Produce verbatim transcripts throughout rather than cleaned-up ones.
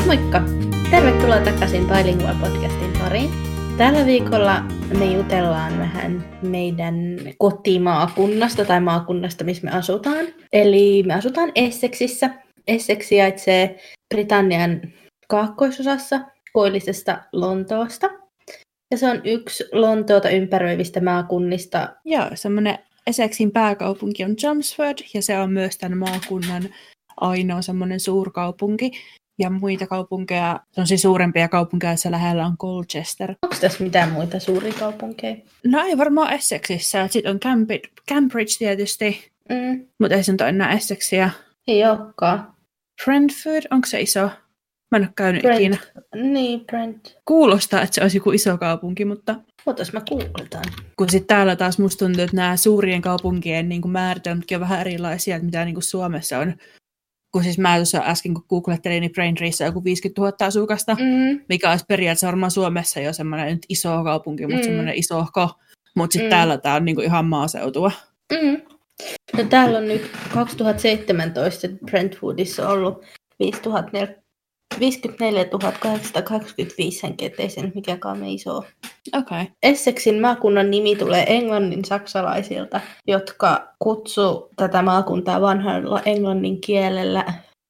Moikka! Tervetuloa takaisin Bilingual podcastin pariin. Tällä viikolla me jutellaan vähän meidän kotimaakunnasta tai maakunnasta, missä me asutaan. Eli me asutaan Essexissä. Essex sijaitsee Britannian kaakkoisosassa koillisesta Lontoosta. Ja se on yksi Lontoota ympäröivistä maakunnista. Joo, semmoinen Essexin pääkaupunki on Chelmsford ja se on myös tämän maakunnan ainoa semmoinen suurkaupunki. Ja muita kaupunkeja, semmoisia suurempia kaupunkeja, joissa lähellä on Colchester. Onko tässä mitään muita suuria kaupunkeja? No ei varmaan Essexissä. Sitten on Cambridge, Cambridge tietysti, Mm. mutta ei se nyt ole enää Essexia. Ei olekaan. Brentford, onko se iso? Mä en ole käynyt Brent. ikinä. Niin, Brent. Kuulostaa, että se olisi joku iso kaupunki, mutta Ootas mä googletaan. kun sitten täällä taas musta tuntuu, että nämä suurien kaupunkien niin kuin määritelmätkin on vähän erilaisia, että mitä niin kuin Suomessa on. Kun siis mä tuossa äsken kun googlettelin, niin Braintreessa on joku viisikymmentätuhatta asukasta, Mm. mikä olisi periaatteessa varmaan Suomessa jo semmoinen nyt iso kaupunki, mutta Mm. semmoinen isohko. Mutta sitten Mm. täällä tämä on niinku ihan maaseutua. Mm. No, täällä on nyt kaksituhattaseitsemäntoista Brentwoodissa ollut viisikymmentäneljätuhatta kahdeksansataakaksikymmentäviisi henkeä, ettei se nyt mikään kauhean iso ole. Okei. Okay. Essexin maakunnan nimi tulee englannin saksalaisilta, jotka kutsuu tätä maakuntaa vanhalla englannin kielellä.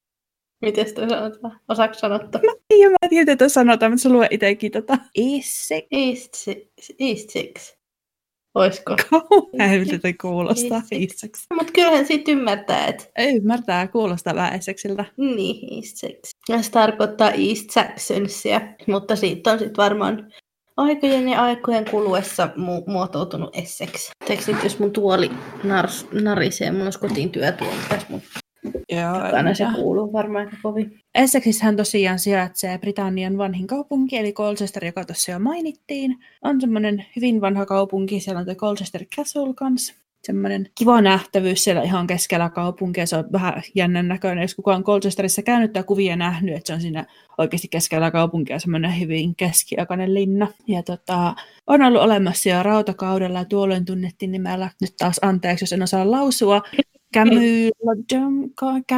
Miten toi sanotaan? Osaatko sanottaa? Ja mä tiedän, että sanotaan, mutta sä lue itsekin tota. Essex. East, East Six. Oisko? Kauhean miltä kuulostaa Essex. Essex. Mutta kyllähän siitä ymmärtää, että Ymmärtää, kuulostaa vähän Essexiltä. niin, East Six. Ja se tarkoittaa East Saxonsia, mutta siitä on sitten varmaan aikojen ja aikojen kuluessa mu- muotoutunut Essex. Teekö nyt, jos mun tuoli nars- narisee, mun olisi kotiin työtuoli tässä, mutta Joo, aina se kuuluu varmaan aika kovin. Essexissähän tosiaan sijaitsee Britannian vanhin kaupunki, eli Colchester, joka tuossa jo mainittiin. On semmoinen hyvin vanha kaupunki, siellä on tuo Colchester Castle kanssa. Semmoinen kiva nähtävyys siellä ihan keskellä kaupunkia, se on vähän jännän näköinen, jos kukaan on Colchesterissa käynyt tai kuvia nähnyt, että se on siinä oikeasti keskellä kaupunkia semmoinen hyvin keskiaikainen linna. Ja tota, on ollut olemassa jo rautakaudella ja tuolloin tunnettiin nimellä, nyt taas anteeksi, jos en osaa lausua, Camulodunum,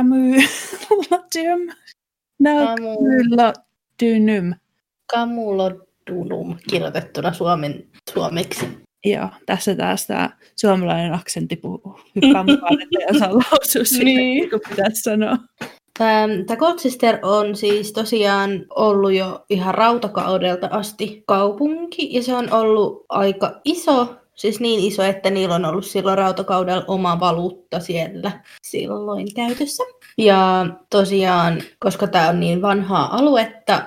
Camulodunum, no Camulodunum. Camulodunum kirjoitettuna suomen, suomeksi. Joo, tässä taas tämä suomalainen aksentti puhuu hyppää mukaan, ettei osaa lausua sitä, niin kuin pitäisi sanoa. Tämä Colchester on siis tosiaan ollut jo ihan rautakaudelta asti kaupunki, ja se on ollut aika iso, siis niin iso, että niillä on ollut silloin rautakaudella oma valuutta siellä silloin käytössä. Ja tosiaan, koska tämä on niin vanhaa aluetta,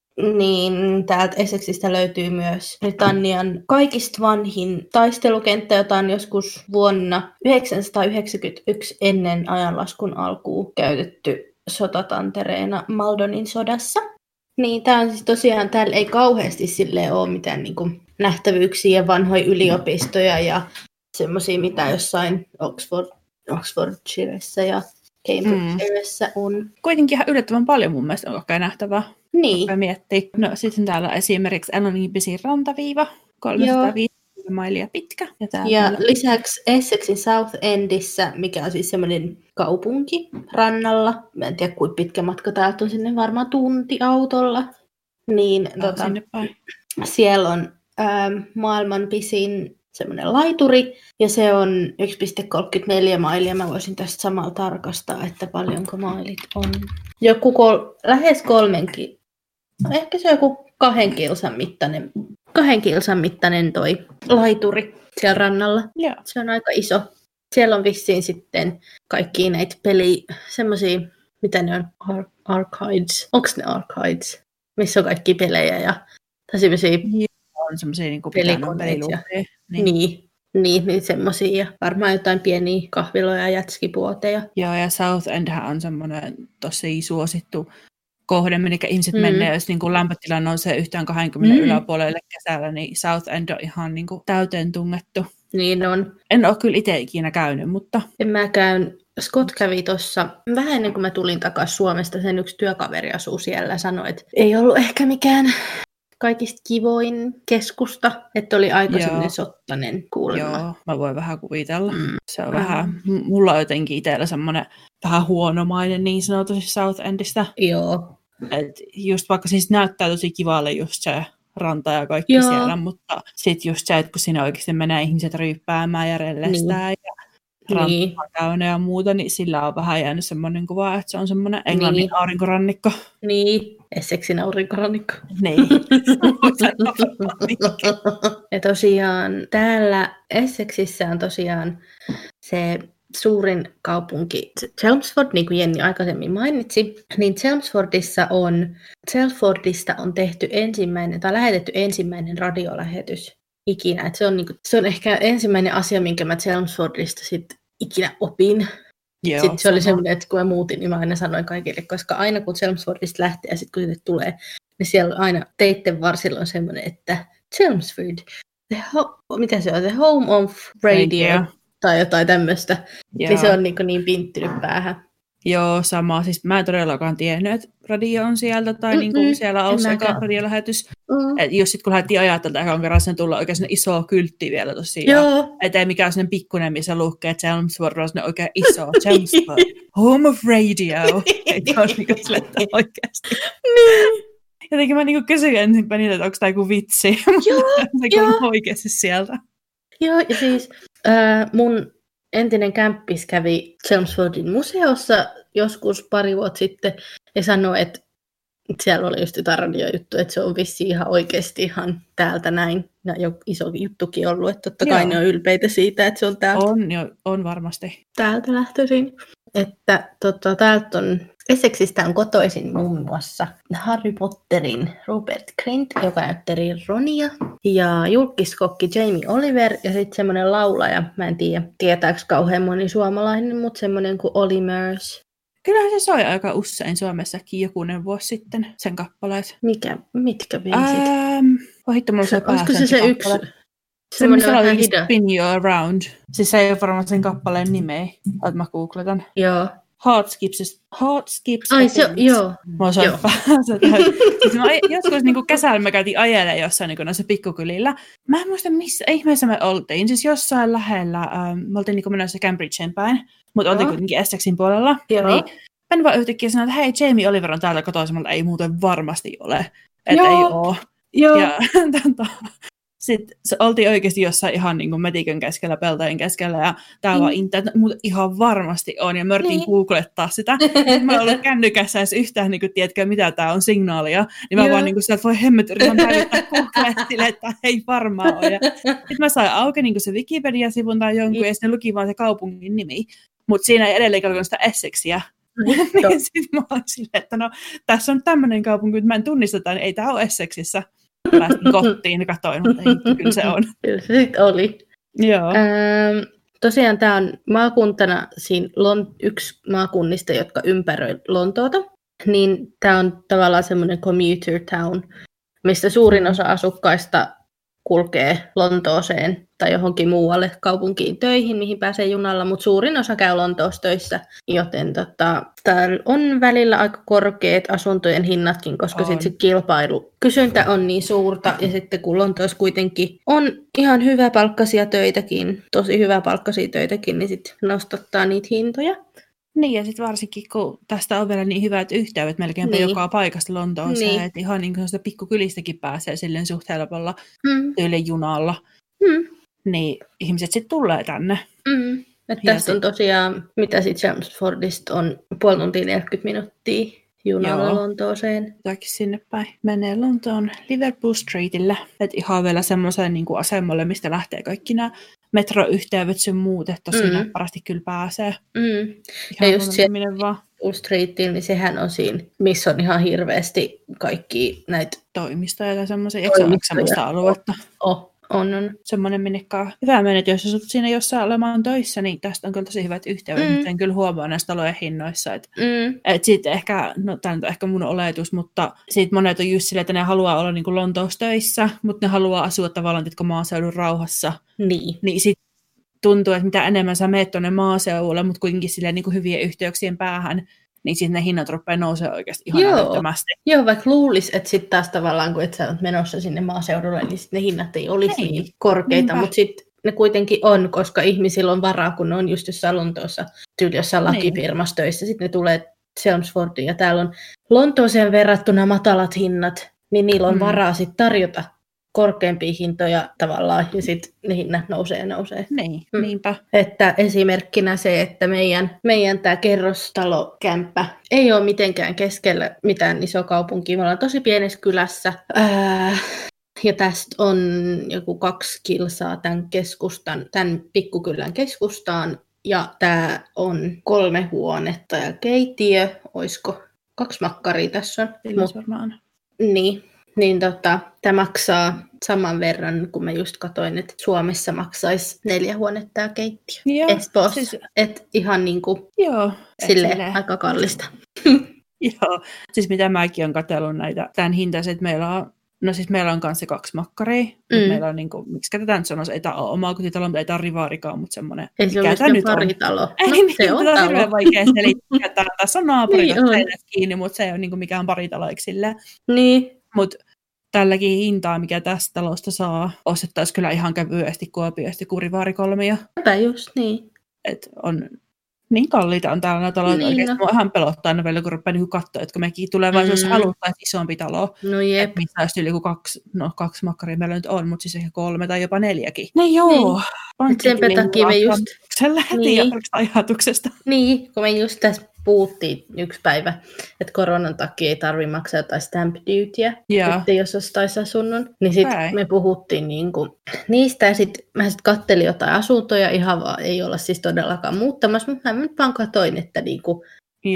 niin täältä Essexistä löytyy myös Britannian kaikista vanhin taistelukenttä, jota on joskus vuonna yhdeksänsataayhdeksänkymmentäyksi ennen ajanlaskun alkuun käytetty sotatantereena Maldonin sodassa. Niin tää on siis tosiaan, täällä ei kauheasti silleen ole mitään niinku nähtävyyksiä ja vanhoja yliopistoja ja semmoisia, mitä jossain Oxford, Oxfordshiressa ja Cambridgeshiressä on. Kuitenkin ihan yllättävän paljon mun mielestä on kaikkea nähtävää. Niin. Miettii. No sitten täällä on esimerkiksi Englannin pisin rantaviiva, kolmesataaviisikymmentä mailia pitkä. Ja, ja täällä... lisäksi Essexin South Endissä, mikä on siis semmoinen kaupunki rannalla, mä en tiedä kuinka pitkä matka täältä on sinne, varmaan tunti autolla, niin tota, siellä on ähm, maailman pisin semmoinen laituri, ja se on yksi pilkku kolmekymmentäneljä mailia. Mä voisin tästä samalla tarkastaa, että paljonko mailit on. Joku kol- lähes kolmenkin, ehkä se on joku kahden kilsan mittainen, kahden kilsan mittainen toi laituri siellä rannalla. Yeah. Se on aika iso. Siellä on vissiin sitten kaikkia näitä peli, semmosia, mitä ne on, Ar- arcades. Onks ne arcades? Missä on kaikki pelejä ja semmosia on semmoisia niin pelikoneita. Niin, niin, niin, niin semmoisia. Ja varmaan jotain pieniä kahviloja ja jätskipuoteja. Joo, ja South Endhän on semmoinen tosi suosittu kohde, minne ihmiset mm. menee, jos niin kuin lämpötila nousee yhtään kaksikymmentä mm. yläpuolelle kesällä, niin South End on ihan niin kuin täyteen tungettu. Niin on. En ole kyllä itse ikinä käynyt, mutta... En mä käyn. Scott kävi tuossa vähän ennen kuin mä tulin takaisin Suomesta, sen yksi työkaveri asuu siellä ja sanoi, että ei ollut ehkä mikään kaikista kivoin keskusta, että oli aika semmoinen sottainen kuulemma. Joo, mä voin vähän kuvitella. Mm. Se on mm. vähän, mulla on jotenkin itsellä semmoinen vähän huonomainen niin sanotusti South Endistä. Joo, Et just vaikka siis näyttää tosi kivalle just se ranta ja kaikki Joo. siellä, mutta sitten just se, että kun siinä oikeasti menee ihmiset ryyppäämään ja rellestää niin. ja ranta Niin. täynnä ja muuta, niin sillä on vähän jäänyt semmoinen kuva, että se on semmoinen Englannin Niin. aurinkorannikko. Niin, Essexin aurinkorannikko. Niin. Ja tosiaan täällä Essexissä on tosiaan se suurin kaupunki Chelmsford, niin kuin Jenni aikaisemmin mainitsi, niin Chelmsfordissa on, Chelmsfordista on tehty ensimmäinen, tai lähetetty ensimmäinen radiolähetys ikinä. Et se, on, niin kuin, se on ehkä ensimmäinen asia, minkä mä Chelmsfordista sit ikinä opin. Joo, sitten se sama. oli semmoinen, että kun mä muutin, niin mä aina sanoin kaikille, koska aina kun Chelmsfordista lähtee ja sitten kun sinne tulee, niin siellä aina teitten varsilla on semmoinen, että Chelmsford, the ho- mitä se on, the home of radio, radio. Tai jotain tämmöistä. Niin se on niin, niin pinttynyt päähän. Joo, sama. Siis mä en todellakaan tiennyt, että radio on sieltä tai niin kuin siellä on se radiolähetys. Mm. Et jos sitten kun lähdettiin ajatella, että kerran sen tulla oikein iso kyltti vielä tosiaan. Että ei mikään sellainen pikkuinen, missä lukee, että Chelmsford on oikein iso. Chelmsford, home of radio. Ei ole niin kuin sille, että oikeasti. Niin. Jotenkin mä niin kysyin ensinpäin niitä, että onko tämä joku vitsi. Joo, se on oikeasti sieltä. Joo, ja siis äh, mun entinen kämppis kävi Chelmsfordin museossa joskus pari vuotta sitten ja sanoi, että siellä oli just jotain radiojuttu, että se on vissiin ihan oikeasti ihan täältä näin. Ja jo iso juttukin ollut, että totta kai Joo. ne on ylpeitä siitä, että se on täältä. On, jo, on varmasti. Täältä lähtöisin. Että tota, täältä on, Essexistä on kotoisin muun muassa Harry Potterin Rupert Grint, joka näytteli Ronia, ja julkiskokki Jamie Oliver, ja sitten semmoinen laulaja, mä en tiedä, tietääkö kauhean moni suomalainen, mutta semmoinen kuin Olly Murs. Kyllähän se soi aika usein Suomessakin jokunen vuosi sitten, sen kappaleet. Mikä, mitkä biisit? Ähm, Ohittu mulla se pääsen. Olisiko se se yksi? Semmoinen vähän hidä. Spin You Around. Siis se ei ole varmaan sen kappaleen nimeä. Oot mä googletan. Joo. Heart Skips. Heart Skips. Ai se, joo. Mä oon joo. Siis mä joskus niin kesällä mä käytiin ajelemaan jossain niin noissa pikkukylillä. Mä en muista missä ihmeessä me oltiin. Siis jossain lähellä. Ähm, me oltiin niin menossa Cambridgeen päin. Mutta oltiin kuitenkin Essexin puolella. Joo. Niin mä vaan yhtäkkiä sanoin, että hei, Jamie Oliver on täältä kotoisemmalta. Ei muuten varmasti ole. Että ei oo. Joo. Ja sitten se oltiin oikeasti jossain ihan niin kuin metikön keskellä, peltojen keskellä, ja tää mm. vaan internet, mutta ihan varmasti on, ja mä yritin niin. googlettaa sitä. Mä en ollut kännykässä edes yhtään, niin kuin, tiedätkö, mitä tää on signaalia, niin mä Joo. vaan niin kuin, sieltä voi hemmet yritän päivittää Googleen sille, että ei varmaan ole. Sitten mä sain auki niin kuin se Wikipedia-sivun tai jonkun, mm. ja sitten luki vaan se kaupungin nimi, mutta siinä ei edelleenkin ollut sitä Essexia. niin sitten mä olin silleen, että no, tässä on tämmöinen kaupunki, että mä en tunnista tätä, niin ei tää ole Essexissä. Päästin kotiin ja katsoin, mutta ei, kyllä se on. Kyllä se sitten oli. Joo. Ähm, tosiaan tämä on maakuntana siinä Lon- yksi maakunnista, jotka ympäröi Lontoota. Niin tämä on tavallaan semmoinen commuter town, mistä suurin osa asukkaista kulkee Lontooseen tai johonkin muualle kaupunkiin töihin, mihin pääsee junalla, mutta suurin osa käy Lontoossa töissä, joten tota, täällä on välillä aika korkeat asuntojen hinnatkin, koska sitten se kilpailu, kysyntä on niin suurta, ja sitten kun Lontoossa kuitenkin on ihan hyväpalkkaisia töitäkin, tosi hyväpalkkaisia töitäkin, niin sitten nostattaa niitä hintoja. Niin, ja sitten varsinkin, kun tästä on vielä niin hyvät yhteydet melkeinpä niin. joka paikasta Lontooseen, niin. että ihan niin kuin sitä pikkukylistäkin pääsee silleen suht helpolla mm. tyylen junalla, mm. niin ihmiset sitten tulee tänne. Mm. Tästä on tosiaan, mitä sitten Chelmsfordista on puoli tuntia neljäkymmentä minuuttia junalla Joo. Lontooseen. Jotakin sinne päin. Menee Lontoon Liverpool Streetillä, että ihan vielä semmoiseen niin kuin asemalle, mistä lähtee kaikki nämä metroyhteydet sun muut, että tosi mm. näppärästi kyllä pääsee. Mm. Ja just siellä Liverpool Streetillä, niin sehän on siinä, missä on ihan hirveästi kaikki näitä toimistoja tai semmoisia, eikö se ole semmoista aluetta? Oh. On, on. Semmoinen, minnekaan hyvä mennä, että jos sä sut siinä jossain olemaan töissä, niin tästä on kyllä tosi hyvät yhteydet, mm. mutta en kyllä huomaa näistä talojen hinnoissa. Että mm. et sitten ehkä, no tämä on ehkä mun oletus, mutta sitten monet on just silleen, että ne haluaa olla niin kuin Lontoossa töissä, mutta ne haluaa asua tavallaan tietkö maaseudun rauhassa. Niin. Niin sitten tuntuu, että mitä enemmän sä meet tuonne maaseudulle, mutta kuitenkin silleen niin kuin hyvien yhteyksien päähän, niin sitten ne hinnat rupeaa nousemaan oikeasti ihan Joo. älyttömästi. Joo, vaikka luulisi, että sitten taas tavallaan, kun et sä oot menossa sinne maaseudulle, niin sitten ne hinnat ei olisi ei. niin korkeita, mutta sitten ne kuitenkin on, koska ihmisillä on varaa, kun ne on just jossain Lontoossa tyyli jossain lakifirmassa töissä. Sitten ne tulee Chelmsfordiin ja täällä on Lontooseen verrattuna matalat hinnat, niin niillä on mm. varaa sit tarjota korkeampia hintoja tavallaan, ja sitten ne hinnat nousee ja nousee. Niin, mm. niinpä. Että esimerkkinä se, että meidän, meidän tämä kerrostalokämppä ei ole mitenkään keskellä mitään isoa kaupunkia. Me ollaan tosi pienessä kylässä. Ää, ja tästä on joku kaksi kilsaa tämän keskustan, tämän pikkukylän keskustaan. Ja tämä on kolme huonetta ja keittiö. Olisiko kaksi makkaria tässä on? Mut, varmaan. Niin. Niin tota, tämä maksaa saman verran, kun mä just katsoin, että Suomessa maksaisi neljä huonetta ja keittiö. Joo, Espoossa. Siis, et ihan niinku joo, silleen silleen aika kallista. Joo, siis mitä mäkin olen katsellut näitä tämän hintaiset, meillä on, no siis meillä on kanssa kaksi makkaria, mm. meillä on niinku, miksi tätä nyt sanoisi, ei tämä ole oma kotitalo, mutta ei tämä ole rivaarikaan, mutta semmoinen. Ei se ole myöskään paritalo. Ei, no, niin, se on talo. On hirveän vaikea selittää, tässä on naapurit niin kiinni, mutta se ei ole niinku mikään paritalo, eikö silleen? Niin. Mutta tälläkin hintaa, mikä tästä talosta saa, ostettaisiin kyllä ihan kävyesti Kuopiosta kuin rivaarikolmia. Sepä just niin. Et on niin kalliita on täällä talot niin, oikeasti. No. Mua ihan pelottaa aina välillä, kun rupeaa niin katsoa, että kun mekin tulevaisuudessa mm. haluttaisiin isompi talo. No jep. Että missä olisi yli kaksi, no kaksi makkaria meillä nyt on, mutta siis ehkä kolme tai jopa neljäkin. No joo. Niin. Senpä takia me just... Niin. ajatuksesta. Niin, kun me just tässä puhuttiin yksi päivä, että koronan takia ei tarvitse maksaa jotain stamp dutyä, että jos ostaisi asunnon. Niin sitten me puhuttiin niinku niistä ja sitten mä sitten kattelin jotain asuntoja, ihan vaan ei olla siis todellakaan muuttamassa, mutta mä nyt vaan katoin, että niinku,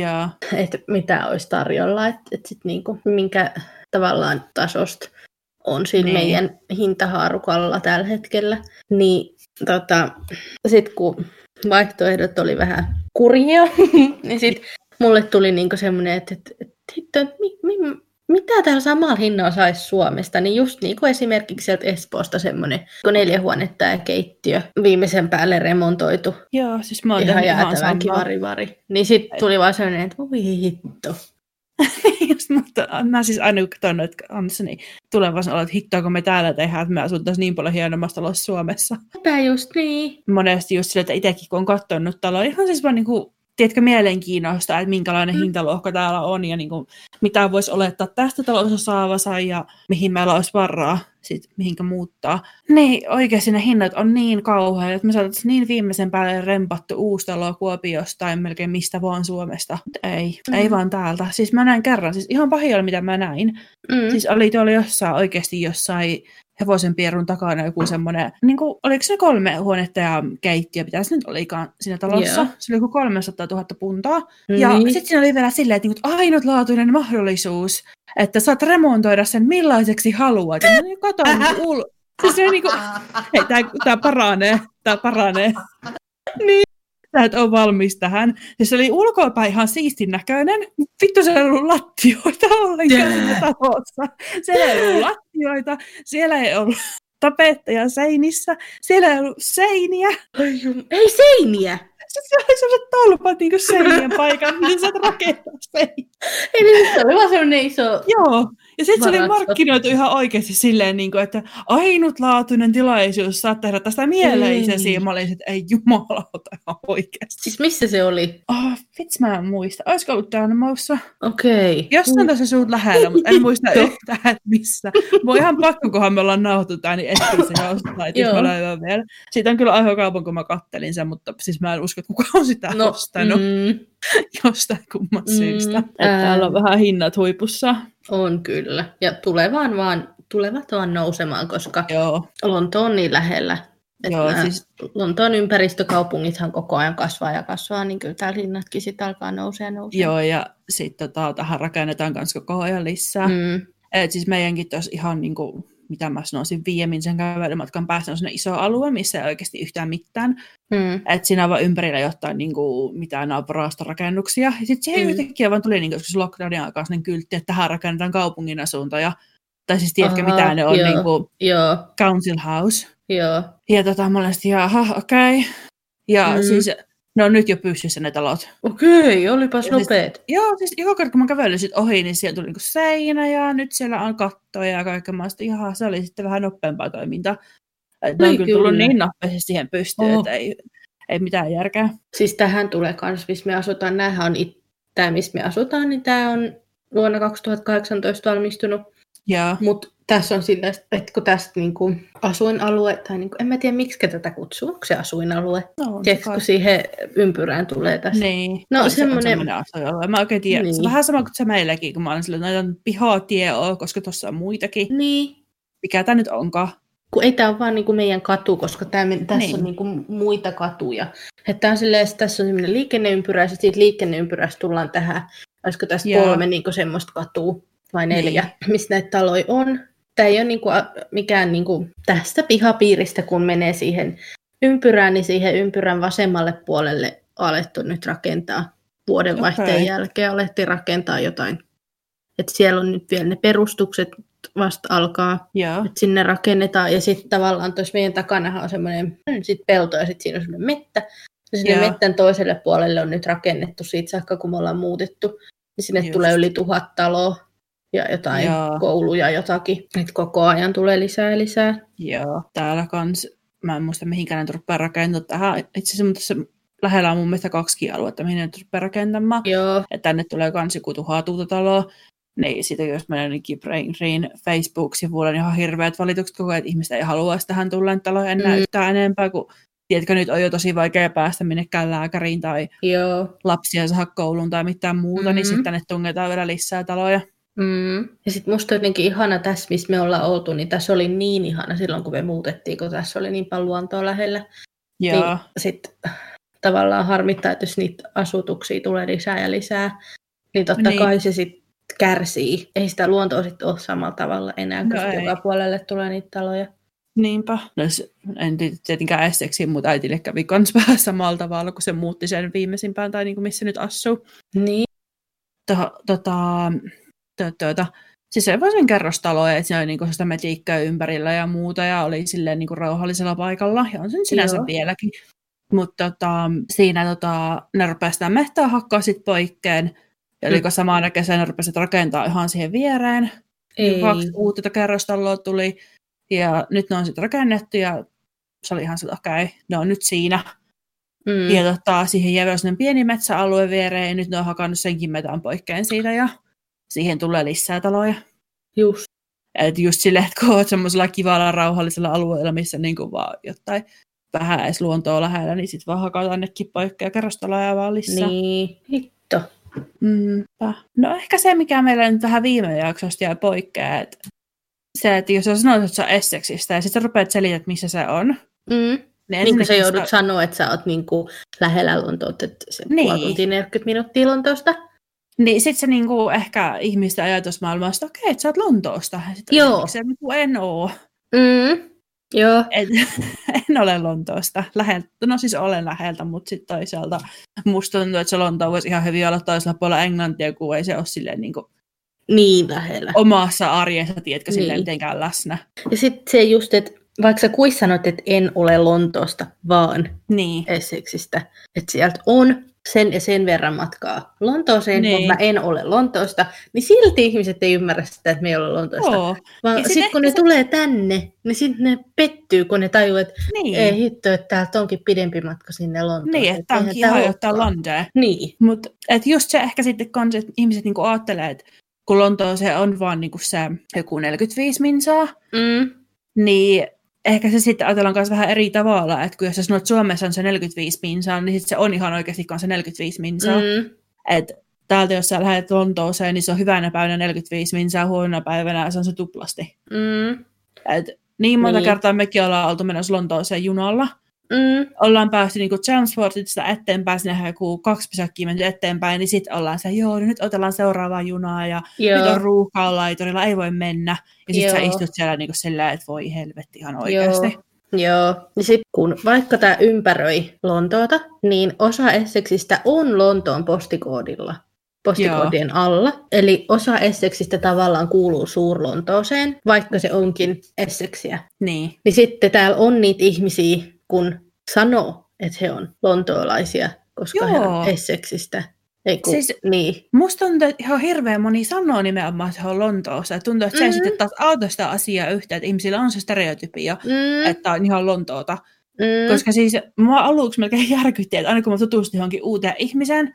et mitä olisi tarjolla, että et sitten niinku, minkä tavallaan tasosta on siinä niin. meidän hintahaarukalla tällä hetkellä. Niin tota, sitten kun vaihtoehdot oli vähän kurjia, niin sitten mulle tuli niinku semmoinen, että, että, että, että mi, mi, mitä täällä samalla hinnalla saisi Suomesta, niin just niin kuin esimerkiksi sieltä Espoosta semmoinen neljä huonetta ja keittiö viimeisen päälle remontoitu. Joo, siis mä oon ihan jäätävän kiva rivari. Niin sitten tuli vaan semmoinen, että voi hitto. Just, mutta mä siis aina kun katsonut, että Anssani tulevaisuudessa olla, että hittoa kun me täällä tehdään, että me asuttaisiin niin paljon hienommassa talossa Suomessa. Tämä just niin. Monesti just sillä, että itsekin kun on katsonut taloa, ihan siis vaan niin kuin, tiedätkö, mielenkiinnosta, että minkälainen mm. hintalohko täällä on ja niin kuin, mitä voisi olettaa tästä talossa saavansa ja mihin meillä olisi varaa, sit, mihinkä muuttaa. Niin oikeasti ne hinnat on niin kauheat, että me saataisiin niin viimeisen päälle rempattu uusi talo Kuopiosta tai melkein mistä vaan Suomesta. Ei, mm. ei vaan täältä. Siis mä näin kerran, siis ihan pahialla mitä mä näin. Mm. Siis oli tuolla jossain oikeasti jossain hevosen pierun takana joku semmoinen, niin kuin, oliko se kolme huonetta ja keittiö, mitä se nyt olikaan siinä talossa. Yeah. Se oli joku kolmesataatuhatta puntaa. Mm-hmm. Ja sitten siinä oli vielä silleen, että, että ainutlaatuinen mahdollisuus, että saat remontoida sen millaiseksi haluat. Ja mä katsoin niin ul... Siis se niin kuin, hei, tää, tää paranee, tää paranee. Niin. Sä et ole valmis tähän. Ja se oli ulkoapäin ihan siistin näköinen. Vittu, siellä ei ollut lattioita ollenkaan siinä talossa. Siellä ei ollut lattioita. Siellä ei ollut tapetteja seinissä. Siellä ei ollut seiniä. Ei seiniä! Siellä oli sellaiset tolpat niin kuin seinien paikan, niin sä et rakentaa seiniä. Eli se oli vaan sellainen iso... Joo. Ja sitten se oli markkinoitu ihan oikeasti silleen, niin kuin, että ainutlaatuinen tilaisuus, saat tehdä tästä mieleisesi. Ja mä olin, että ei jumalauta ihan oikeasti. Siis missä se oli? Oh, vits mä en muista. Olisiko ollut Tärnämoussa? Okei. Okay. Jossain tässä suut lähellä, mutta en muista yhtään, että missä. Mä oon ihan pakko, kunhan me ollaan nauhoitu tää, niin etsiä se jostain, että jos mä löydän vielä. Siitä on kyllä aivan kaupan, kun mä kattelin sen, mutta siis mä en usko, että kukaan on sitä no, ostanut. Mm. Jostain kumman mm, syystä. Että täällä on vähän hinnat huipussa. On kyllä. Ja tulevaan vaan, tulevat vaan nousemaan, koska Joo. Lonto on niin lähellä. Joo, siis... Lontoon ympäristökaupungithan koko ajan kasvaa ja kasvaa, niin kyllä täällä hinnatkin sitten alkaa nousea ja nousea. Joo, ja sitten tota, tähän rakennetaan myös koko ajan lisää. Mm. Et siis meidänkin tuossa ihan niin kuin, mitä mä sanoisin, viiemmin sen kävelymatkan päästä on sellainen iso alue, missä ei oikeasti yhtään mitään. Mm. Että siinä on vaan ympärillä jotain niin kuin, mitään naapurastorakennuksia. Ja sitten siihen mm. yhtäkkiä vaan tuli niin kuin, lockdownin aikaa sellainen kyltti, että tähän rakennetaan kaupungin asuntoja. Tai siis tiedätkö, Aha, mitä ne on, joo, niin kuin joo. council house. Joo. Ja tota, mä olin sitten, jaha, okei. Okay. Ja mm. siis ne on nyt jo pystyssä ne talot. Okei, okay, olipas nopeet. Siis, joo, siis joka kerta kun mä kävelin sit ohi, niin siellä tuli niinku seinä ja nyt siellä on kattoja ja kaikkea. Mä sitten, jaha, se oli sitten vähän nopeampaa toimintaa. Että ne on kyllä tullut niin nopeasti siihen pystyyn, oh. että ei, ei mitään järkeä. Siis tähän tulee kans, missä me asutaan, näähän on it- tämä missä me asutaan, niin tämä on vuonna kaksituhattakahdeksantoista valmistunut. Mutta tässä on sillä, että kun tästä niinku asuinalue, tai niinku, en mä tiedä miksi tätä kutsuu, onko se asuinalue? No, Tiedätkö, kun siihen ympyrään tulee tässä? Niin, no, on semmoinen... se on semmoinen asuinalue. Mä oikein tiedän, niin. Se on vähän sama kuin se meilläkin, kun mä olen silleen, että näitä pihatie on, koska tuossa on muitakin. Niin. Mikä tämä nyt onkaan? Kun ei tämä ole vaan niinku meidän katu, koska tää, tässä niin. on niinku muita katuja. Että on silleen, tässä on semmoinen liikenneympyrä, ja siitä liikenneympyrästä tullaan tähän, olisiko tässä Joo. kolme niinku semmoista katua, vai neljä, niin. missä näitä taloja on. Tämä ei ole niinku mikään niinku tästä pihapiiristä, kun menee siihen ympyrään, niin siihen ympyrän vasemmalle puolelle alettu nyt rakentaa. Vuodenvaihteen okay. jälkeen alettiin rakentaa jotain. Et siellä on nyt vielä ne perustukset vasta alkaa, että sinne rakennetaan. Ja sitten tavallaan tuossa meidän takanahan on semmoinen sit pelto ja sitten siinä on semmoinen mettä. Ja sinne Joo. mettän toiselle puolelle on nyt rakennettu siitä saakka, kun me ollaan muutettu. Ja sinne Just. tulee yli tuhat taloa. Ja jotain Joo. kouluja jotakin. Että koko ajan tulee lisää ja lisää. Joo, täällä kans, mä en muista mihinkään ne rupeaa rakentamaan tähän. Itse asiassa tässä lähellä on mun mielestä kaksikin aluetta, mihin ne rupeaa rakentamaan. Joo. Ja tänne tulee kans joku tuhat uutta taloa. Niin siitä jos menee jonnekin Brain Green Facebook-sivuilla, niin ihan hirveät valitukset koko ajan, että ihmiset ei haluaisi tähän tulleen taloon enää mm. yhtään enempää, kun tiedätkö, nyt on jo tosi vaikea päästä minnekään lääkäriin tai Joo. lapsia saada kouluun tai mitään muuta, mm-hmm. niin sitten tänne tungetaan vielä lisää taloja. Mm. Ja sitten musta jotenkin ihana tässä, missä me ollaan oltu, niin tässä oli niin ihana silloin, kun me muutettiin, kun tässä oli niin paljon luontoa lähellä. Joo. Niin sitten tavallaan harmittaa, että jos niitä asutuksia tulee lisää ja lisää, niin totta niin. kai se sitten kärsii. Ei sitä luontoa sitten ole samalla tavalla enää, kun no joka puolelle tulee niitä taloja. Niinpä. No, en tietenkään Essexin, mutta äitille kävi kans vähän samalla tavalla, kun se muutti sen viimeisimpään, tai niin kuin missä nyt asuu. Niin. To, tota... Tuota, siis se oli vaan sen kerrostaloja, että siinä oli niinku sitä metiikkaa ympärillä ja muuta, ja oli silleen niinku rauhallisella paikalla, ja on sen sinänsä Joo. vieläkin. Mutta tota, siinä tota, ne rupesivat sitä mehtää hakkaa sit poikkeen, ja oliko mm. samana kesänä ne rupesivat rakentaa ihan siihen viereen. Ei. Kaksi uutta kerrostaloa tuli, ja nyt ne on sitten rakennettu, ja se oli ihan sellainen, okei, okay, ne on nyt siinä. Mm. Ja tota, siihen jäi sellainen pieni metsäalue viereen, ja nyt ne on hakannut senkin metän poikkeen siitä, ja siihen tulee lisää taloja. Just. Et just silleen, että kun olet semmoisella kivalla rauhallisella alueella, missä niinku vaan jotain vähän edes luontoa lähellä, niin sitten vaan hakataan ainakin poikkeja kerrostaloja vaan lisää. Niin, hitto. Mm, no ehkä se, mikä meillä nyt vähän viime jaksosta jäi poikkeaa, että se, että jos sä sanot, että sä oot Essexistä ja sitten sä rupeat selittämään, missä se on. Mm. Niin, niin kuin sä joudut sitä... sanoa, että sä oot niinku lähellä Lontoota, että se niin. puoli tuntia neljäkymmentä minuuttia Lontoosta. Niin sit se niinku ehkä ihmisten ajatusmaailmasta, okei, okay, että sä oot Lontoosta. Sitten Joo. Se niinku en oo. Mm. Joo. Et, en ole Lontoosta. Läheltä. No siis olen läheltä, mutta sitten toisaalta musta tuntuu, että se Lontoa voisi ihan hyvin olla toisella puolella Englantia, kun ei se ole silleen niinku niin lähellä. Omassa arjessa, tiedätkö, niin. silleen mitenkään läsnä. Ja sitten se just, että vaikka sä kuis sanot, että en ole Lontoosta, vaan niin. Essexistä, että sieltä on sen ja sen verran matkaa Lontooseen, niin. mutta mä en ole Lontoosta, niin silti ihmiset ei ymmärrä sitä, että me ei ole Lontoosta. Oo. Vaan sitten sit, kun ne se... tulee tänne, niin sitten ne pettyy, kun ne tajuu, että niin. ei hitto, että täältä onkin pidempi matka sinne Lontooseen. Niin, että tämä onkin ihan jotain Lontoa. Niin. Mutta just se ehkä sitten, kun ihmiset niinku ajattelee, että kun Lontooseen on vaan niinku se joku neljäkymmentäviisi minsaa, mm. niin ehkä se sitten ajatellaan myös vähän eri tavalla, että kun jos sä sanot, että Suomessa on se neljäkymmentäviisi minsaa, niin sitten se on ihan oikeasti se neljäkymmentäviisi minsaa. Mm. Että täältä jos sä lähdet Lontooseen, niin se on hyvänä päivänä neljäkymmentäviisi minsaa, huonona päivänä se on se tuplasti. Mm. Et niin monta niin. kertaa mekin ollaan oltu menossa Lontooseen junalla. Mm. Ollaan päästy niin Chelmsfordista eteenpäin, sinne joku kaksi pysäkkiä menty eteenpäin, niin sitten ollaan se, joo, nyt otellaan seuraavaa junaa ja joo. nyt on ruuhkaa laiturilla, ei voi mennä. Ja sitten sä istut siellä niin silleen, että voi helvetti ihan oikeasti. Joo. Joo. Ja sitten kun vaikka tämä ympäröi Lontoota, niin osa Essexistä on Lontoon postikoodilla, postikoodien joo. alla. Eli osa Essexistä tavallaan kuuluu Suur-Lontooseen, vaikka se onkin Essexiä. Niin. Niin sitten täällä on niitä ihmisiä, kun sanoo, että he on lontoolaisia, koska Joo. he on Essexistä. Ei kun, siis, niin. Musta tuntuu, että ihan hirveän moni sanoo nimenomaan, että he on Lontoossa. Tuntuu, että mm-hmm. se sitten taas auto sitä asiaa yhtään, että ihmisillä on se stereotypia, mm-hmm. että on ihan Lontoota. Mm-hmm. Koska siis mua aluksi melkein järkytti, että aina kun mä tutustuin johonkin uuteen ihmiseen,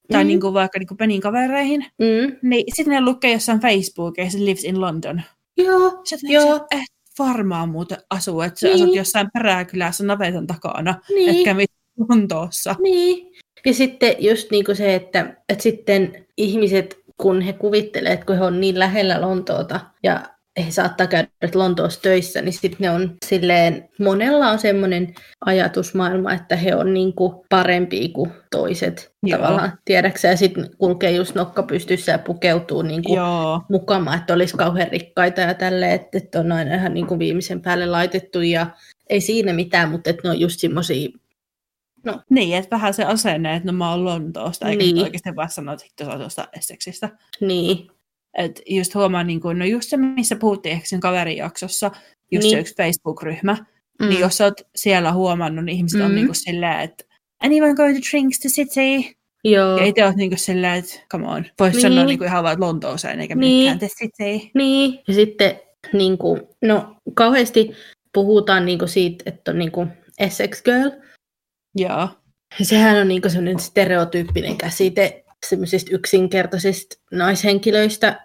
tai Mm. niinku vaikka niinku Benin kavereihin, Mm. niin sitten ne lukee jossain Facebookissa, lives in London. Joo, Sitten joo. et varmaan muuten asuu, että sä Niin. asut jossain peräkylässä navetan takana, Niin. etkä mitään Lontoossa. Niin. Ja sitten just niinku se, että, että sitten ihmiset, kun he kuvittelee, että kun he on niin lähellä Lontoota ja he saattaa käydä Lontoossa töissä, niin sitten ne on silleen, monella on semmoinen ajatusmaailma, että he on niinku parempia kuin toiset. Joo. Tavallaan, tiedäksä, ja sitten kulkee just nokka pystyssä ja pukeutuu niinku Joo. mukama, että olisi kauhean rikkaita ja tälleen, että, että on aina ihan niinku viimeisen päälle laitettu ja ei siinä mitään, mutta että ne on just semmoisia. No. Niin, että vähän se asenne, että no mä oon Lontoosta, eikä Niin. niin. Oikeasti vaan sanoa, että hitto sä oot tuosta Essexistä. Niin. Että just huomaan, niin kun, no just se, missä puhuttiin ehkä sen kaverin jaksossa, just Niin. se yksi Facebook-ryhmä, Mm. niin jos sä oot siellä huomannut, niin ihmiset mm. on Mm. niin kuin silleen, että anyone going to drinks to city? Joo. Ja itse oot niin kuin silleen, että come on, voisi Niin. sanoa niin kuin ihan vaan Lontooseen, eikä Niin. minnekään the city. Niin. Ja sitten niin kuin, no kauheasti puhutaan niin kuin siitä, että on niin kuin Essex girl. Joo. Ja sehän on niin kuin sellainen stereotyyppinen käsite semmoisista yksinkertaisista naishenkilöistä,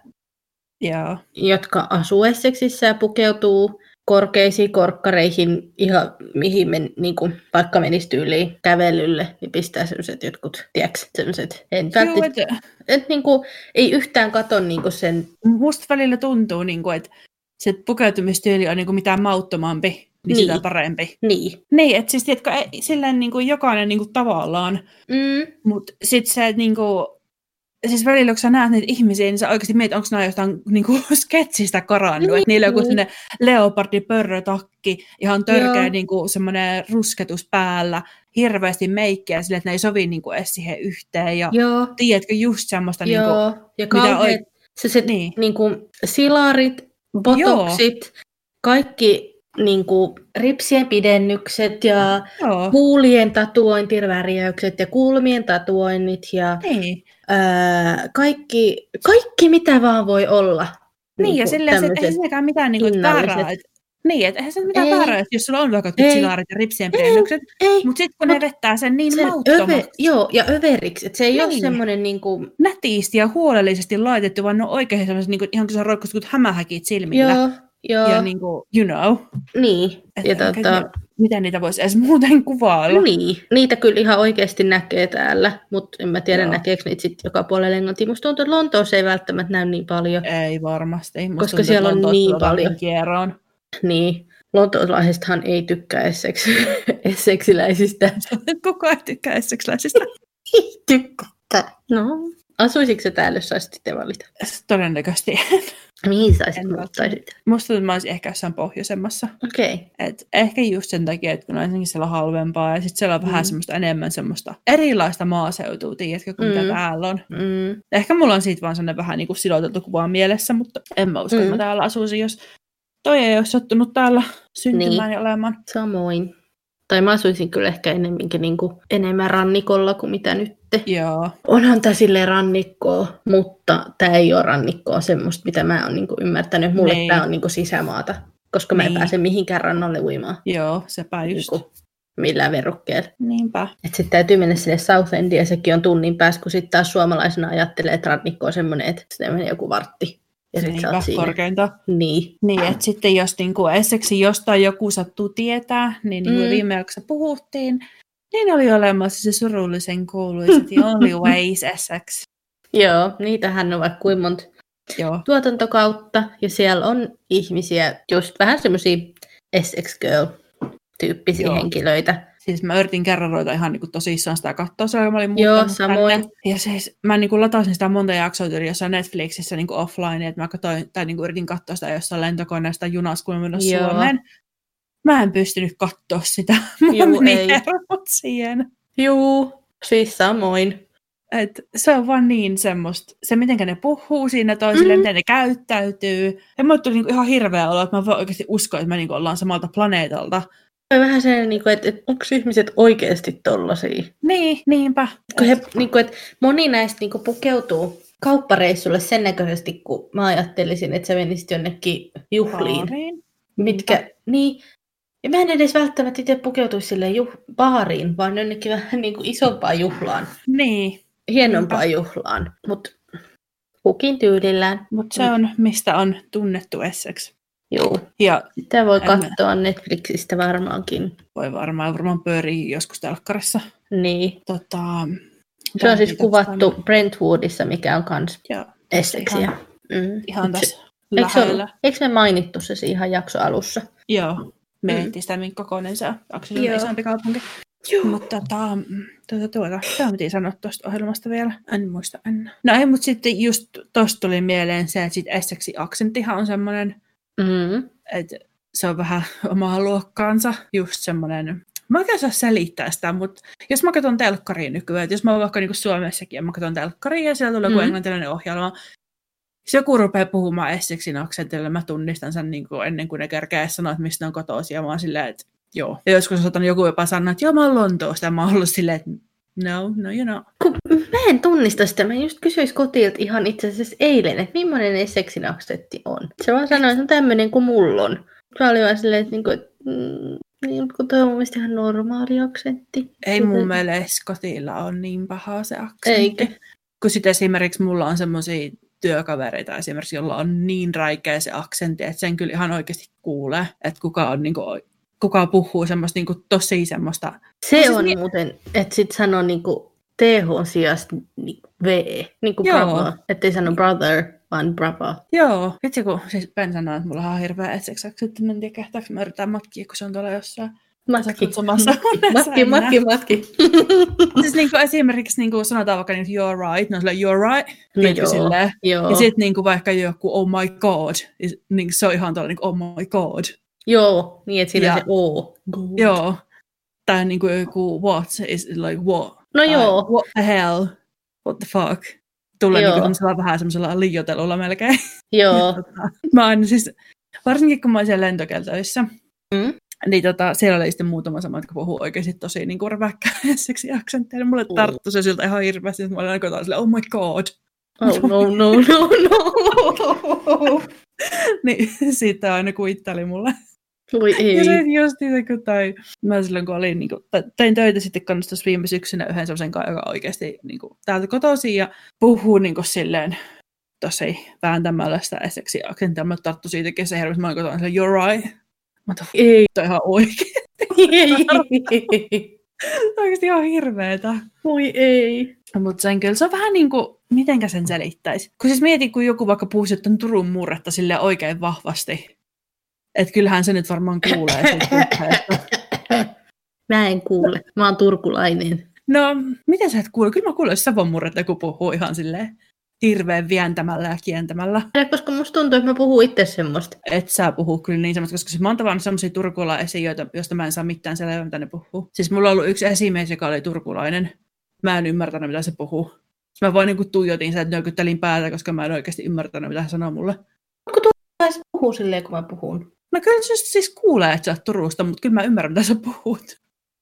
Joo. jotka asuu Essexissä ja pukeutuu korkeisiin korkkareihin ihan mihin men, niin kuin, vaikka menisi tyyliin kävelylle, niin pistää sellaiset jotkut, tiedätkö, sellaiset, en Joo, välttämättä, et, et, niin kuin, ei yhtään kato niin kuin sen, musta välillä tuntuu, niin kuin, että se pukeutumistyyli on niin kuin mitään mauttomampi, niin, Niin. sitä parempi. niin. Niin, että siis tiedätkö, ei- silleen niin kuin jokainen niin kuin tavallaan, Mm, mutta sitten se, että niin kuin, siis välillä kun sä näet niitä ihmisiä, niin sä oikeasti mietit, onko nämä jostain niin kuin sketsistä karannut, Niin. että niillä on joku semmoinen leopardipörrötakki, ihan törkeä Joo. niin kuin semmoinen rusketus päällä, hirveästi meikkiä sille, että ne ei sovi niin kuin edes siihen yhteen, ja joo, tiedätkö, just semmoista niin kuin, joo. Ja mitä kauheat oik- sellaiset niin. niin kuin silarit, botoksit, kaikki niin kuin ripsien pidennykset ja Joo, kuulien tatuointivärjäykset ja kulmien tatuoinnit ja niin. ää, kaikki, kaikki mitä vaan voi olla. Niin, ja kuin silleen, se, että eihän tämmöiset siinäkään mitään niin kuin, pinnalliset. väärää. Et, niin, että eihän se mitään Ei. väärää, että jos sulla on vaikka Ei. silaarit ja ripsien pidennykset, Ei, mutta sitten kun Mut ne vettää sen niin sen mauttomaksi, öve, joo, ja överiksi, että se ei ole Niin. semmoinen niin kuin, nätisti ja huolellisesti laitettu, vaan ne on oikein sellaiset, niin kuin, ihan kun sä roikkuisit hämähäkit silmillä. joo, joo, Ja niin kuin, you know, niin. että Ja enkä tota, tiedä, miten niitä voisi edes muuten kuvailla. niin, niitä kyllä ihan oikeasti näkee täällä, mutta en mä tiedä Joo. näkeekö niitä sitten joka puolella Englantia. Musta tuntuu, että Lontoossa ei välttämättä näy niin paljon. Ei varmasti. Musta Koska tuntuu, siellä että on Lontoossa niin otetaan paljon. niin kieroon. Niin, lontoolaisethan ei tykkää Essex, essexiläisistä. Koko ajan tykkää esseksläisistä. Ei tykkää. No, asuisitko sä täällä, jos saisit itse valita? Todennäköisesti. Mihin saisit En muuttaisit? Musta tuntuu, että mä olisin ehkä jossain pohjoisemmassa. Okei. Okay. Et ehkä just sen takia, että kun on ensinnäkin siellä halvempaa ja sitten siellä on mm. vähän Mm. semmoista enemmän semmoista erilaista maaseutua, tiedätkö, kuin mm. mitä Mm. täällä on. Mm. Ehkä mulla on siitä vaan sellainen vähän niin kuin siloteltu kuva mielessä, mutta en mä usko, mm. että Mm. mä täällä asuisin, jos toi ei olisi sattunut täällä syntymään Niin. ja olemaan. Samoin. Tai mä asuisin kyllä ehkä enemmänkin niin kuin enemmän rannikolla kuin mitä nyt. Joo. Onhan tää silleen rannikkoa, mutta tää ei ole rannikkoa semmoista, mitä mä oon niin kuin ymmärtänyt. Mulle Niin. tää on niin kuin sisämaata, koska mä en Niin. pääse mihinkään rannalle uimaan Joo, sepä just. niin kuin millään verukkeella. Niinpä. Että sitten täytyy mennä sinne Southendiin ja sekin on tunnin päässä, kun sitten taas suomalaisena ajattelee, että rannikko on semmoinen, että sitten menee joku vartti. Ja sitten sä Niinpä, oot siinä. korkeinta. Niin. Niin, että sitten jos niinku Essexin jostain joku sattuu tietää, niin, niin kuin Mm. viime jaksossa puhuttiin, niin oli olemassa se surullisen kuuluisa The Only Ways Essex. Joo, niitähän on vaikka kuinka monta Joo. tuotantokautta, ja siellä on ihmisiä, just vähän semmoisia Essex Girl-tyyppisiä Joo. henkilöitä. Siis mä yritin kerran ruveta ihan niinku tosissaan sitä katsoa, se mä olin Joo, muuttanut samoin. tänne. Ja siis mä niinku latasin sitä monta jaksoa tyyliin jossain Netflixissä niinku offline, että mä katsoin, tai niinku yritin katsoa sitä jossain lentokoneesta junassa, kun mä menossa Joo. Suomeen. Mä en pystynyt katsoa sitä. Mulla Juu, meni ei. hermot siihen. Juu, siis samoin. Et se on vaan niin semmoista, se miten ne puhuu siinä toisille, Mm. miten ne käyttäytyy. Ja mulle tuli niinku ihan hirveä olo, että mä voin oikeasti uskoa, että me niinku ollaan samalta planeetalta. On vähän sellainen, niin että, että onko ihmiset oikeasti tollasia? Niin, niinpä. Kun he, niin kuin, että moni näistä niin kuin pukeutuu kauppareissulle sen näköisesti, kun mä ajattelisin, että sä menisit jonnekin juhliin. Baariin. Mitkä, niin, ja mä en edes välttämättä itse pukeutuisi silleen juh, baariin, vaan jonnekin vähän niin kuin isompaan juhlaan. Niin. hienompaan Niinpä. juhlaan, mutta kukin tyylillään. Mutta se on, mistä on tunnettu Essex. Joo. Ja Sitä voi en- katsoa Netflixistä varmaankin. voi varmaan, varmaan pyörii joskus telkkarissa. Niin. Tota, Se on siis mitä kuvattu sitä- Brentwoodissa, mikä on kans Joo, Essexiä. ihan, Mm. ihan Mut se- tässä Eikö, se lähellä. ollut, eikö me mainittu se siinä ihan jakso alussa? Joo, mietittiin sitä, minkä kokoinen se on. Onko se Joo. sellainen isompi kaupunki? Mutta tota, tuota, tuota, tämä piti sanoa tuosta ohjelmasta vielä. En muista enää. No ei, mutta sitten just tuosta tuli mieleen se, että sit Essexin aksenttihan on semmoinen, Mm. että se on vähän omaa luokkaansa. Just semmoinen, mä oikein saa selittää sitä, mutta jos mä katson telkkaria nykyään, että jos mä oon vaikka niinku Suomessakin ja mä katson telkkaria ja siellä tulee joku Mm. englantilainen ohjelma, jos joku rupeaa puhumaan Essexin aksentilla, mä tunnistan sen niin kuin ennen kuin ne kerkeä sanoa, että mistä ne on kotoisin. Ja mä oon silleen, että joo. Ja joskus otan joku jopa sanoa, että joo, mä oon Lontoosta. Ja mä oon ollut silleen, että no, no you know. Kun mä en tunnista sitä. Mä just kysyin kotilta ihan itse asiassa eilen, että millainen Essexin aksentti on. Se vaan sanoi, että on tämmöinen kuin mulla on. Se oli vaan silleen, että, niinku, että mm, niin, kun toi on mun mielestä ihan normaali aksentti. Ei mun mielestä Skotilla on niin paha se aksentti. Eikö? Kun sitten esimerkiksi mulla on semmosia työkavereita esimerkiksi, jolla on niin räikeä se aksentti, että sen kyllä ihan oikeasti kuulee, että kuka on niinku, kuka puhuu semmoista niinku tosi semmoista. Se No siis on mi- muuten, että sit sanoo niinku T H sijasta niinku V, niinku Joo. bravo. Ettei sano brother, vaan bravo. Joo, vitsi kun siis Ben sanoo, että mulla on ihan hirveä Essex-aksentti, mä en tiedä kehtaanko mä yritän matkia, kun se on tuolla jossain. Matki. Samassa huoneessa Matki, enää. matki, matki. Siis niinku esimerkiksi niinku sanotaan vaikka niin you're right, no silleen you're right, No tiedätkö joo, silleen. joo. Ja sitten niinku vaikka joku oh my god, niin se on ihan tuolla niinku oh my god. Joo, niin että siinä Ja- se O. Joo. Tai niinku joku what is like what. No Tai joo. what the hell, what the fuck. Tulee Joo. niinku semmoisella vähän semmoisella liioitelulla melkein. Joo. Mä aina siis, varsinkin kun mä olin siellä lentokeltöissä, Mm? niin tota, siellä oli sitten muutama sama, jotka puhuu oikeasti tosi niin räväkkää seksi aksenttia. Ja mulle Mm. tarttui se siltä ihan hirveästi, että mä olin aina kotaan silleen, oh my god. Oh no, no, no, no. Niin siitä aina kuitteli mulle. Voi Ja ei. se just niin kun tai mä silloin kun olin, niin kuin, tein töitä sitten kanssa viime syksynä yhden sellaisen kanssa, joka oikeasti niin kuin, täältä kotoisin ja puhuu niin kuin, silleen tosi vääntämällä sitä seksi aksenttia. Mä tarttu siitäkin se hirveästi, mä olin kotaan silleen, you're right. Mä oon, Ei. toi ihan oikein. Ei. Oikeasti ihan hirveetä. Voi ei. Mutta sen kyllä, se on vähän niin kuin, mitenkä sen selittäisi. Kun siis mietin, kun joku vaikka puhuisi jotain Turun murretta silleen oikein vahvasti. Että kyllähän se nyt varmaan kuulee siitä puheesta. Mä en kuule. Mä oon turkulainen. No, miten sä et kuule? Kyllä mä kuulen Savon murretta, kun puhuu ihan silleen hirveän vientämällä ja kientämällä. Ja koska musta tuntuu, että mä puhun itse semmoista. Et sä puhuu kyllä niin semmoista, koska siis mä oon tavannut semmoisia turkulaisia, joita, joista mä en saa mitään selvää, mitä ne puhuu. Siis mulla on ollut yksi esimies, joka oli turkulainen. Mä en ymmärtänyt, mitä se puhuu. Mä vaan niinku tuijotin sitä, että nyökyttelin päätä, koska mä en oikeasti ymmärtänyt, mitä hän sanoo mulle. Kun turkulaiset puhuu silleen, kun mä puhun. No kyllä se siis kuulee, että sä oot Turusta, mutta kyllä mä ymmärrän, mitä sä puhut.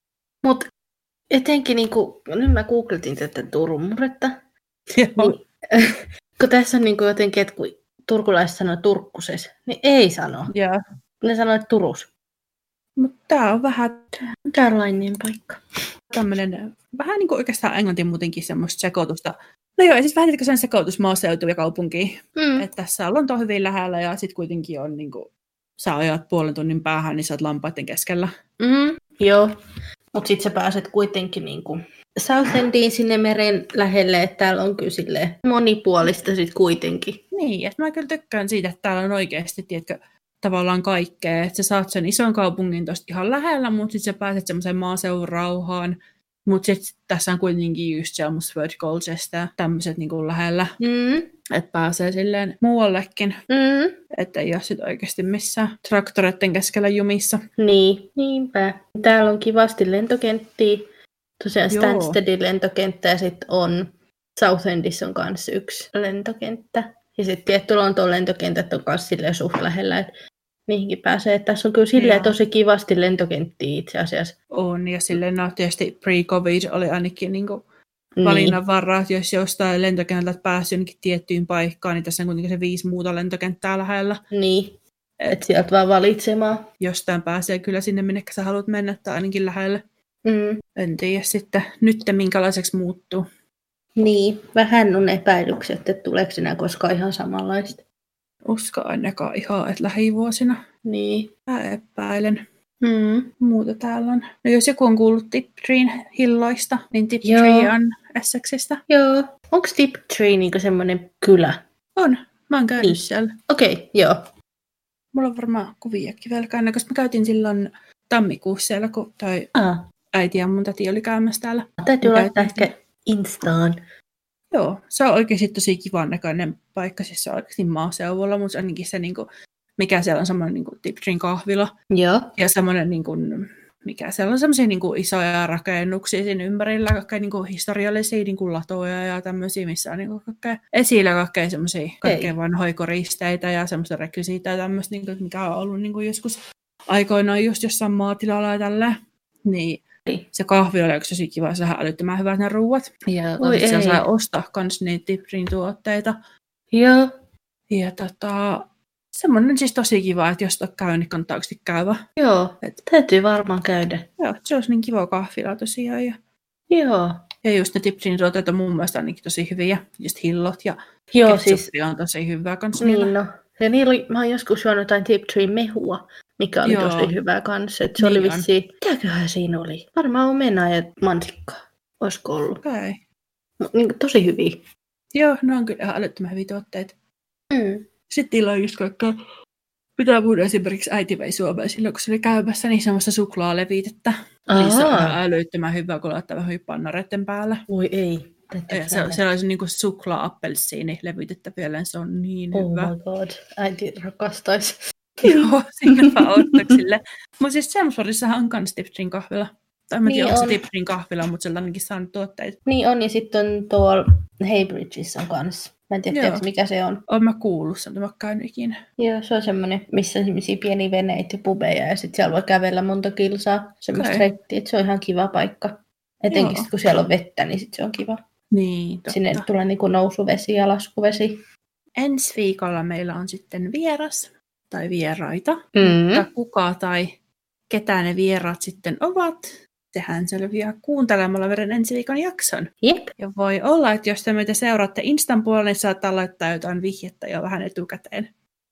Mut etenkin niinku, nyt mä googletin tätä Turun murretta. Joo. Niin, kun tässä on niinku jotenkin, että kun turkulaiset sanoo turkkuses, niin ei sano. Joo. Ne sanoo, että Turus. Mutta tää on vähän Tällainen paikka. tämmönen, vähän niin kuin oikeastaan englanti muutenkin semmoista sekoitusta. No joo, ja siis vähän niin kuin sen sekoitus maaseutu ja kaupunkiin. Mm. Että tässä on Lonto hyvin lähellä ja sitten kuitenkin on niin kuin, sä ajat puolen tunnin päähän, niin sä oot lampaiden keskellä. Mm, joo, mutta sitten sä pääset kuitenkin niinku Southendiin sinne meren lähelle, että täällä on kyllä silleen monipuolista sitten kuitenkin. Niin, että mä kyllä tykkään siitä, että täällä on oikeasti, tiedätkö, tavallaan kaikkea. Että sä saat sen ison kaupungin tosta ihan lähellä, mutta sitten sä pääset semmoiseen maaseudun rauhaan. Mutta sitten tässä on kuitenkin just Chelmsford, Colchester, tämmöiset niinku lähellä, Mm, että pääsee silleen muuallekin. mm, Että ei ole sitten oikeasti missään traktoreiden keskellä jumissa. niin, niinpä. Täällä on kivasti lentokenttiä. Tosiaan Joo. Stanstedin lentokenttä ja sitten on Southendissa on kanssa yksi lentokenttä. Ja sitten tietty Lontoon lentokentät on kanssa silleen suht lähellä, että niihinkin pääsee. Et tässä on kyllä silleen Joo. tosi kivasti lentokenttiä itse asiassa. On, ja silleen no, tietysti pre-covid oli ainakin niinku valinnanvaraa, että jos jostain lentokentältä päässyt jonnekin tiettyyn paikkaan, niin tässä on kuitenkin se viisi muuta lentokenttää lähellä. Niin, että sieltä vaan valitsemaan. Jostain pääsee kyllä sinne, minne sä haluat mennä, tai ainakin lähelle. Mm. En tiedä sitten nyt, minkälaiseksi muuttuu. Niin, vähän on epäilykset, että tuleeko enää koskaan ihan samanlaista. Usko ainakaan ihan, että lähivuosina. Niin. Mä epäilen. Mm. Muuta täällä on. No jos joku on kuullut Tiptreen hilloista, niin Tiptree on Essexistä. Joo. Onko Tiptree niinku semmoinen kylä? On. Mä oon käynyt niin. siellä. Okei, okay, joo. Mulla on varmaan kuviakin velkään, koska mä käytin silloin tammikuussa siellä, kun toi ah. äiti ja mun täti oli käymässä täällä. Täytyy laittaa ehkä Instaan. Joo, se on oikeasti tosi kivan näköinen paikka, siis se on oikeasti maaseudulla, mutta ainakin se, niin kuin, mikä siellä on semmoinen niin Tiptreen kahvila. Joo. Ja semmoinen, niin kuin, mikä siellä on semmoisia niin kuin isoja rakennuksia siinä ympärillä, kaikkea niin kuin historiallisia niin kuin latoja ja tämmöisiä, missä on niin kuin kaikkea esillä kaikkea semmoisia kaikkein vanhoja koristeita ja semmoista rekvisiitä ja tämmöistä, niin kuin, mikä on ollut niin kuin joskus aikoinaan just jossain maatilalla ja tälleen. Niin. Se kahvila oli tosi kiva, se on älyttömän hyvät ne ruuat. Ja siellä saa ostaa kans niitä Tiptreen tuotteita. Joo. Ja tota, semmoinen siis tosi kiva, että jos et käy, niin kannattaa oikeasti käydä. Joo, et, täytyy varmaan käydä. Joo, se olisi niin kiva kahvila tosiaan. Ja, joo. Ja just ne Tiptreen tuotteet on mun mielestä ainakin tosi hyviä. Just hillot ja joo, ketsuppi siis, on tosi hyvää kans. Niin no. Ja niillä oli, mä oon joskus juonut jotain Tiptreen mehua, mikä oli joo. tosi hyvää kanssa. Et se niin oli vissiin, mitäköhän siinä oli? Varmaan omenaa ja mansikkaa. Olisiko ollut? Okay. Niin, tosi hyviä. Joo, ne on kyllä ihan älyttömän hyviä tuotteita. Mm. Sitten niillä on just kaikkea, mitä mun esimerkiksi äiti vei Suomeen silloin, kun se oli käymässä, niin semmoista suklaalevitettä. Niin se on ihan älyttömän hyvä, kun laittaa vähän pannareiden päälle. Voi ei. Ja se, se olisi niin kuin suklaa-appelsiini levitettä vielä, se on niin oh hyvä. Oh my god, äiti rakastaisi. Joo, siinäpä ottaksille. Mutta siis Chelmsfordissahan on kans Tiptreen kahvila. Tai mä en tiedä, niin onko se Tiptreen kahvila, mutta sieltä ainakin saanut tuotteita. Niin on, ja sitten on tuolla Heybridgeissä on kanssa. Mä en tiedä, mikä se on. Oon mä kuullut sieltä, mä oon käynyt ikinä. Joo, se on semmoinen, missä on semmoisia pieniä veneitä ja pubeja, ja sitten siellä voi kävellä monta kilsaa. Semmoista okay. reittiä, että se on ihan kiva paikka. Etenkin sit, kun siellä on vettä, niin sit se on kiva. Niin, totta. Sinne tulee niinku nousuvesi ja laskuvesi. Ensi viikolla meillä on sitten vieras tai vieraita. Mm. Mutta kuka tai ketä ne vieraat sitten ovat, sehän selviää kuuntelemalla meidän ensi viikon jakson. Jep. Ja voi olla, että jos te meitä seuraatte Instan puolella, niin saattaa laittaa jotain vihjettä jo vähän etukäteen.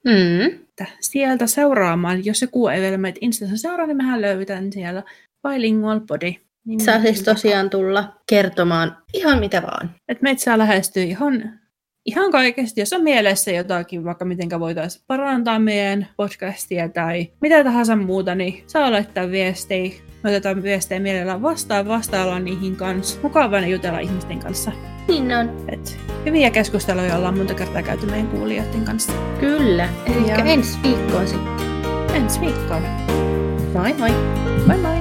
Mm. Sieltä seuraamaan. Jos joku ei vielä meitä Instassa seuraa, niin mehän löydetään siellä Bilingual Body. Niin saa siis tosiaan tulla kertomaan ihan mitä vaan. Että meitä saa lähestyä ihan, ihan kaikesta. Jos on mielessä jotakin, vaikka mitenkä voitaisiin parantaa meidän podcastia tai mitä tahansa muuta, niin saa laittaa viestiä. Me otetaan viestejä mielellään vastaan, vastaillaan niihin kanssa. Mukavaa jutella ihmisten kanssa. Niin on. Et hyviä keskusteluja ollaan monta kertaa käyty meidän kuulijoiden kanssa. Kyllä. Eli ensi viikkoon sitten. Ensi viikkoon. Moi moi. Moi moi.